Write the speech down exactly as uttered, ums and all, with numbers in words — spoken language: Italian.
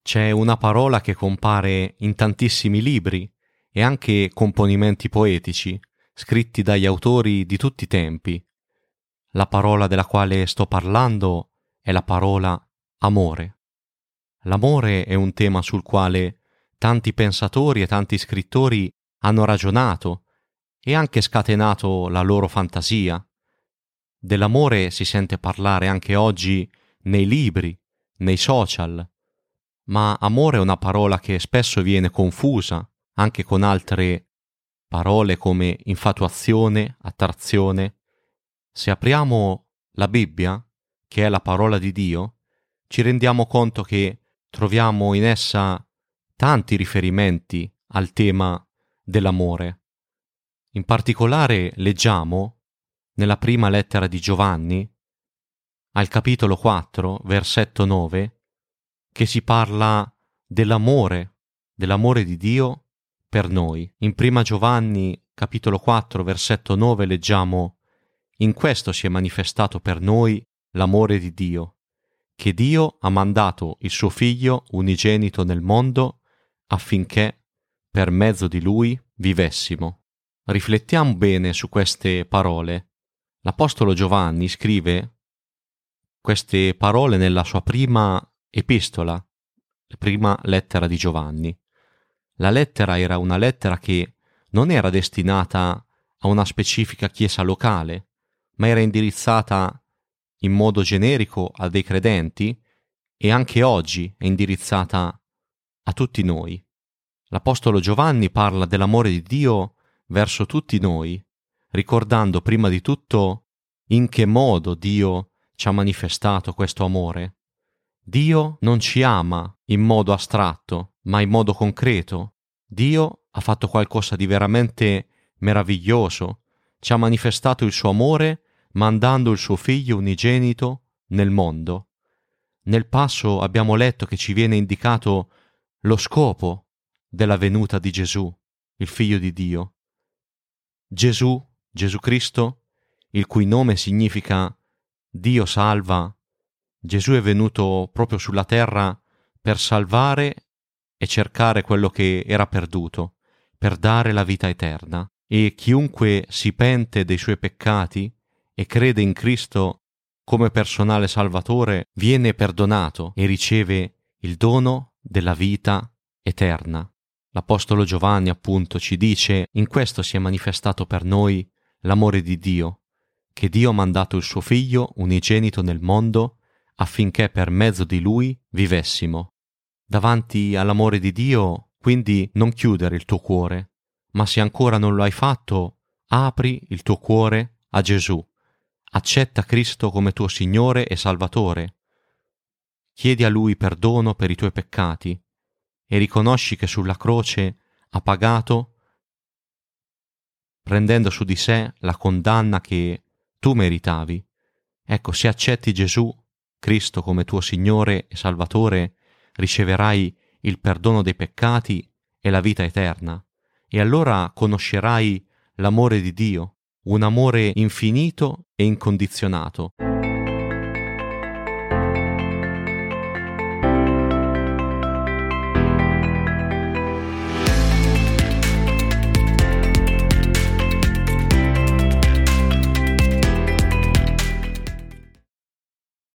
C'è una parola che compare in tantissimi libri e anche componimenti poetici, scritti dagli autori di tutti i tempi. La parola della quale sto parlando è la parola amore. L'amore è un tema sul quale tanti pensatori e tanti scrittori hanno ragionato e anche scatenato la loro fantasia. Dell'amore si sente parlare anche oggi nei libri, nei social, ma amore è una parola che spesso viene confusa anche con altre parole come infatuazione, attrazione. Se apriamo la Bibbia, che è la parola di Dio, ci rendiamo conto che troviamo in essa tanti riferimenti al tema dell'amore. In particolare leggiamo nella prima lettera di Giovanni, al capitolo quattro, versetto nove, che si parla dell'amore, dell'amore di Dio per noi. In prima Giovanni, capitolo quattro, versetto nove, leggiamo: «In questo si è manifestato per noi l'amore di Dio, che Dio ha mandato il suo Figlio unigenito nel mondo affinché per mezzo di Lui vivessimo». Riflettiamo bene su queste parole. L'Apostolo Giovanni scrive queste parole nella sua prima epistola, la prima lettera di Giovanni. La lettera era una lettera che non era destinata a una specifica chiesa locale, ma era indirizzata in modo generico a dei credenti e anche oggi è indirizzata a tutti noi. L'Apostolo Giovanni parla dell'amore di Dio verso tutti noi, ricordando prima di tutto in che modo Dio ci ha manifestato questo amore. Dio non ci ama in modo astratto, ma in modo concreto. Dio ha fatto qualcosa di veramente meraviglioso, ci ha manifestato il suo amore mandando il suo Figlio unigenito nel mondo. Nel passo abbiamo letto che ci viene indicato lo scopo della venuta di Gesù, il Figlio di Dio. Gesù, Gesù Cristo, il cui nome significa Dio salva, Gesù è venuto proprio sulla terra per salvare e cercare quello che era perduto, per dare la vita eterna. E chiunque si pente dei suoi peccati e crede in Cristo come personale salvatore viene perdonato e riceve il dono della vita eterna. L'Apostolo Giovanni appunto ci dice: in questo si è manifestato per noi l'amore di Dio, che Dio ha mandato il suo Figlio unigenito nel mondo affinché per mezzo di Lui vivessimo. Davanti all'amore di Dio, quindi, non chiudere il tuo cuore, ma se ancora non lo hai fatto, apri il tuo cuore a Gesù. Accetta Cristo come tuo Signore e Salvatore. Chiedi a Lui perdono per i tuoi peccati e riconosci che sulla croce ha pagato prendendo su di sé la condanna che tu meritavi. Ecco, se accetti Gesù Cristo come tuo Signore e Salvatore, riceverai il perdono dei peccati e la vita eterna, e allora conoscerai l'amore di Dio, un amore infinito e incondizionato.